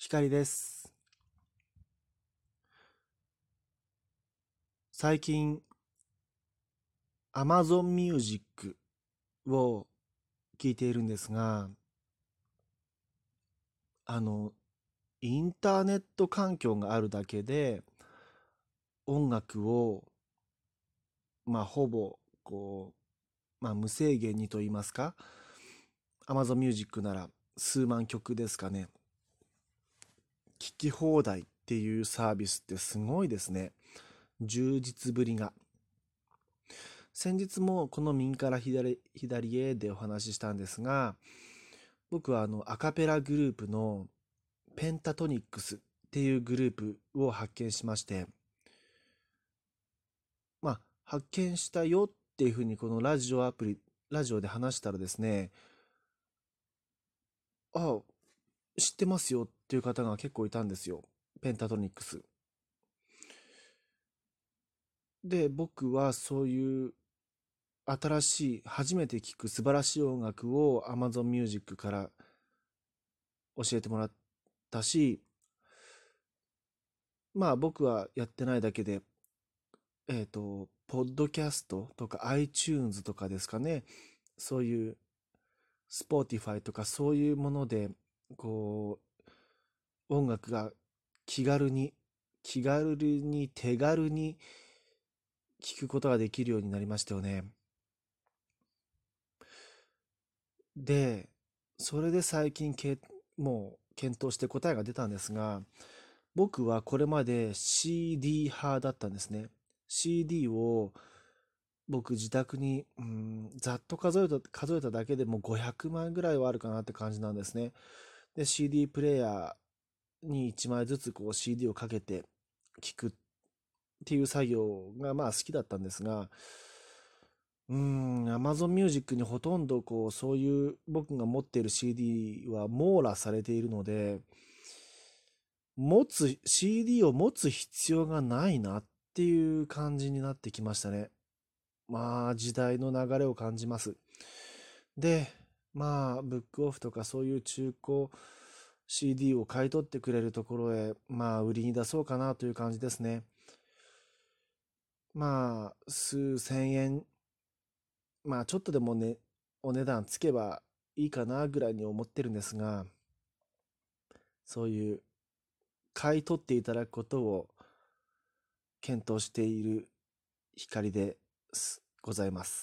光です。最近 Amazon Music を聞いているんですが、あの、インターネット環境があるだけで音楽を、ほぼ、無制限にと言いますか、Amazon Music なら数万曲ですかね、聞き放題っていうサービスってすごいですね。充実ぶりが。先日もこの右から左へでお話ししたんですが、僕はアカペラグループのペンタトニックスっていうグループを発見しまして、発見したよっていうふうにこのラジオで話したらですね、あ、知ってますよっていう方が結構いたんですよ。ペンタトニックス。で、僕はそういう新しい、初めて聴く素晴らしい音楽を Amazon Music から教えてもらったし、僕はやってないだけで、ポッドキャストとか iTunes とかですかね。そういう Spotify とかそういうもので、こ音楽が気軽に、手軽に聴くことができるようになりましたよね。で、それで最近もう検討して答えが出たんですが、僕はこれまで CD 派だったんですね。CD を僕自宅に、ざっと数えただけでも500枚ぐらいはあるかなって感じなんですね。で、CD プレイヤーに1枚ずつCD をかけて聞くっていう作業が好きだったんですが、Amazon Music にほとんどそういう僕が持っている CD は網羅されているので、CD を持つ必要がないなっていう感じになってきましたね。時代の流れを感じます。で、ブックオフとかそういう中古 CD を買い取ってくれるところへ、売りに出そうかなという感じですね。数千円、ちょっとでもね、お値段つけばいいかなぐらいに思ってるんですが、そういう買い取っていただくことを検討している光ですございます。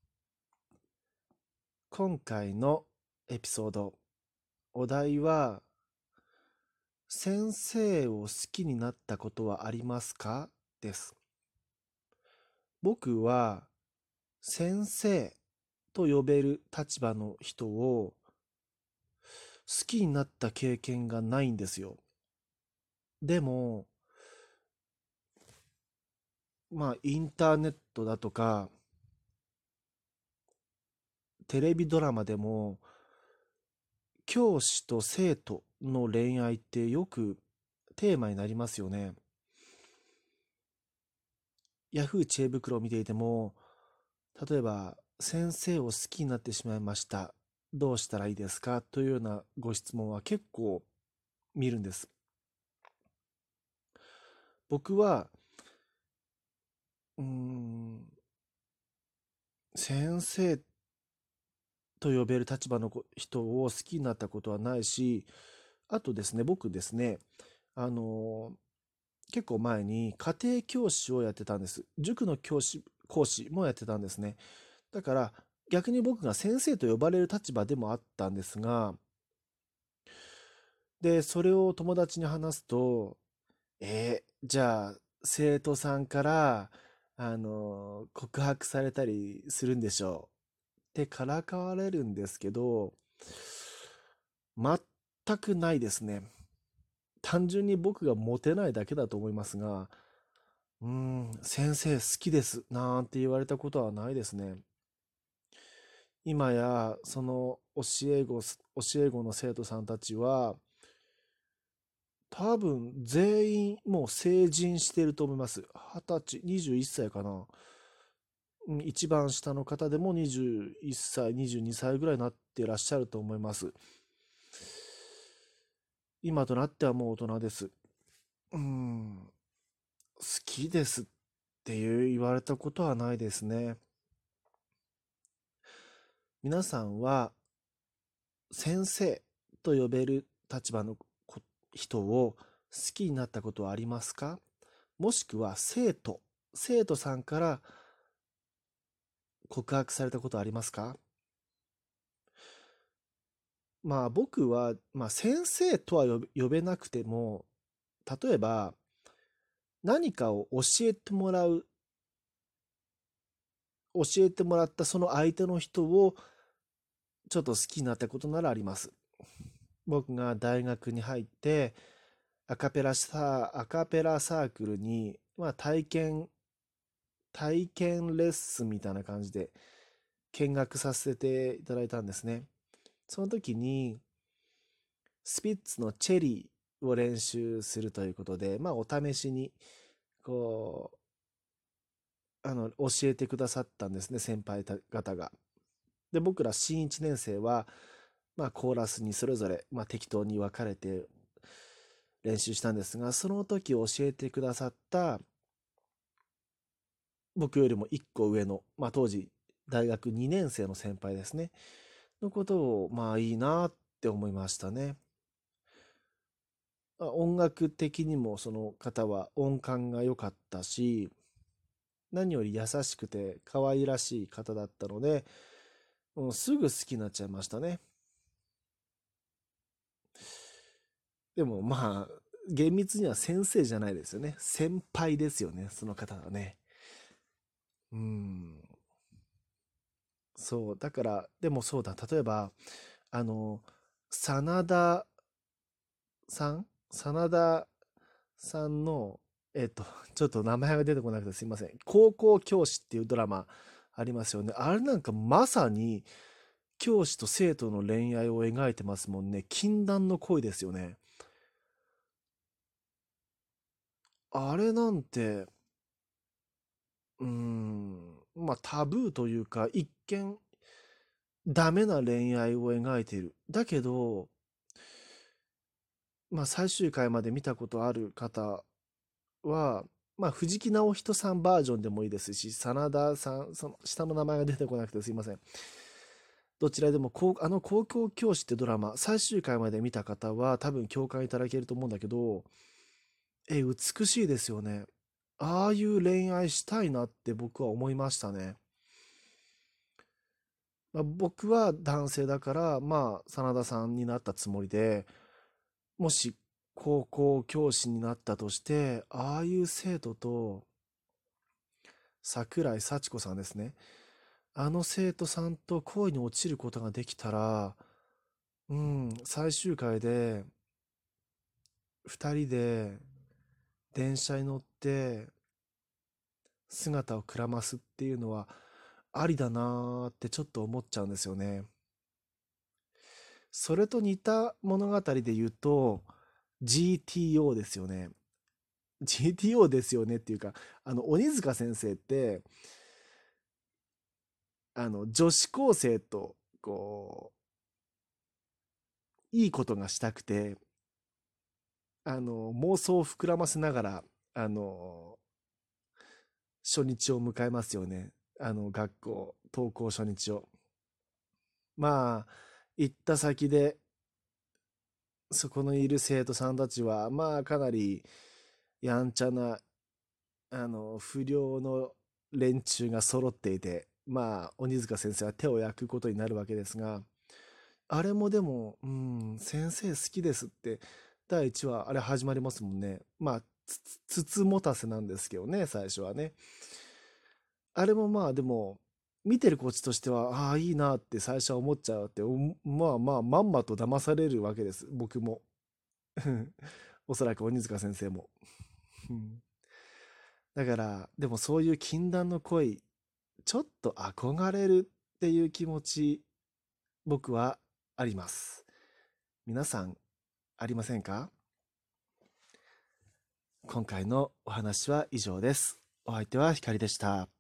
今回のエピソード、お題は、先生を好きになったことはありますかです。僕は先生と呼べる立場の人を好きになった経験がないんですよ。でも、インターネットだとか、テレビドラマでも、教師と生徒の恋愛ってよくテーマになりますよね。ヤフー知恵袋を見ていても、例えば、先生を好きになってしまいました。どうしたらいいですかというようなご質問は結構見るんです。僕は、うーん、先生と呼べる立場の人を好きになったことはないし、あとですね、僕ですね、あの結構前に家庭教師をやってたんです。塾の講師もやってたんですね。だから逆に僕が先生と呼ばれる立場でもあったんですが、で、それを友達に話すと、じゃあ生徒さんから、告白されたりするんでしょうってからかわれるんですけど、全くないですね。単純に僕がモテないだけだと思いますが、先生好きですなんて言われたことはないですね。今や、その教え子の生徒さんたちは、多分全員もう成人していると思います。20歳、21歳かな。一番下の方でも21歳、22歳ぐらいになっていらっしゃると思います。 今となってはもう大人です。うーん、好きですって言われたことはないですね。皆さんは先生と呼べる立場の人を好きになったことはありますか？もしくは生徒さんから告白されたことはありますか？まあ僕は、先生とは呼べなくても、例えば何かを教えてもらったその相手の人をちょっと好きになったことならあります。僕が大学に入ってアカペラサークルに、体験レッスンみたいな感じで見学させていただいたんですね。その時にスピッツのチェリーを練習するということで、お試しにこ教えてくださったんですね、先輩方が。で、僕ら新1年生は、コーラスにそれぞれ、適当に分かれて練習したんですが、その時教えてくださった僕よりも1個上の、当時大学2年生の先輩ですね、のことを、いいなって思いましたね。音楽的にもその方は音感が良かったし、何より優しくて可愛らしい方だったので、すぐ好きになっちゃいましたね。でも厳密には先生じゃないですよね。先輩ですよね、その方はね。うん。そう、だから、でもそうだ、例えば、あの、真田真田さんの、えっと、ちょっと名前が出てこなくてすいません。高校教師っていうドラマありますよね。あれなんかまさに教師と生徒の恋愛を描いてますもんね。禁断の恋ですよね。あれなんて、タブーというか、一見ダメな恋愛を描いている。だけど、最終回まで見たことある方は、藤木直人さんバージョンでもいいですし、真田さん、その下の名前が出てこなくてすいません。どちらでも、高校教師ってドラマ、最終回まで見た方は多分共感いただけると思うんだけど、美しいですよね。ああいう恋愛したいなって僕は思いましたね。僕は男性だから、真田さんになったつもりで、もし高校教師になったとして、ああいう生徒と桜井幸子さんですね。あの生徒さんと恋に落ちることができたら、最終回で二人で電車に乗って姿をくらますっていうのはありだなーってちょっと思っちゃうんですよね。それと似た物語で言うと GTO ですよね。GTO ですよねっていうか、鬼塚先生って女子高生とこいいことがしたくて、妄想を膨らませながら、あの初日を迎えますよね。学校登校初日を。行った先でそこにいる生徒さんたちはかなりやんちゃな不良の連中が揃っていて、鬼塚先生は手を焼くことになるわけですが、あれもでも、先生好きですって第1話あれ始まりますもんね。つつもたせなんですけどね、最初はね。あれもでも、見てるこっちとしては、ああ、いいなって最初は思っちゃうって、まんまと騙されるわけです、僕も。おそらく鬼塚先生も。だから、でもそういう禁断の恋、ちょっと憧れるっていう気持ち、僕はあります。皆さん、ありませんか？今回のお話は以上です。お相手は光でした。